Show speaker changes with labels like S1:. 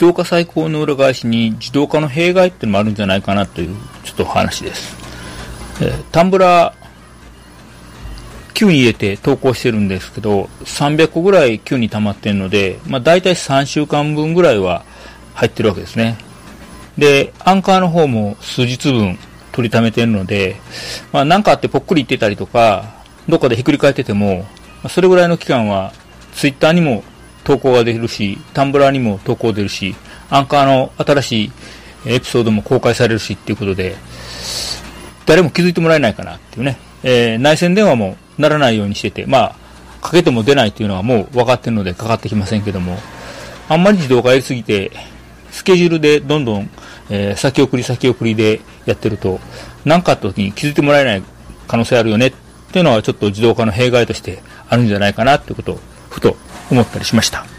S1: 動化再考の裏返しに自動化の弊害っていうのもあるんじゃないかなというちょっとお話です。タンブラーQ に入れて投稿してるんですけど、300個ぐらい Q に溜まってるので、だいたい3週間分ぐらいは入ってるわけですね。で、アンカーの方も数日分取りためてるので、なんかあってぽっくりいってたりとか、どっかでひっくり返ってても、それぐらいの期間はツイッターにも投稿が出るし、タンブラーにも投稿出るし、アンカーの新しいエピソードも公開されるしっていうことで、誰も気づいてもらえないかなっていうね。内線電話もならないようにしてて、かけても出ないっていうのはもう分かってるのでかかってきませんけども、あんまり自動化やりすぎて、スケジュールでどんどん、先送りでやってると、何かあった時に気づいてもらえない可能性あるよねっていうのはちょっと自動化の弊害としてあるんじゃないかなっていうことをふと思ったりしました。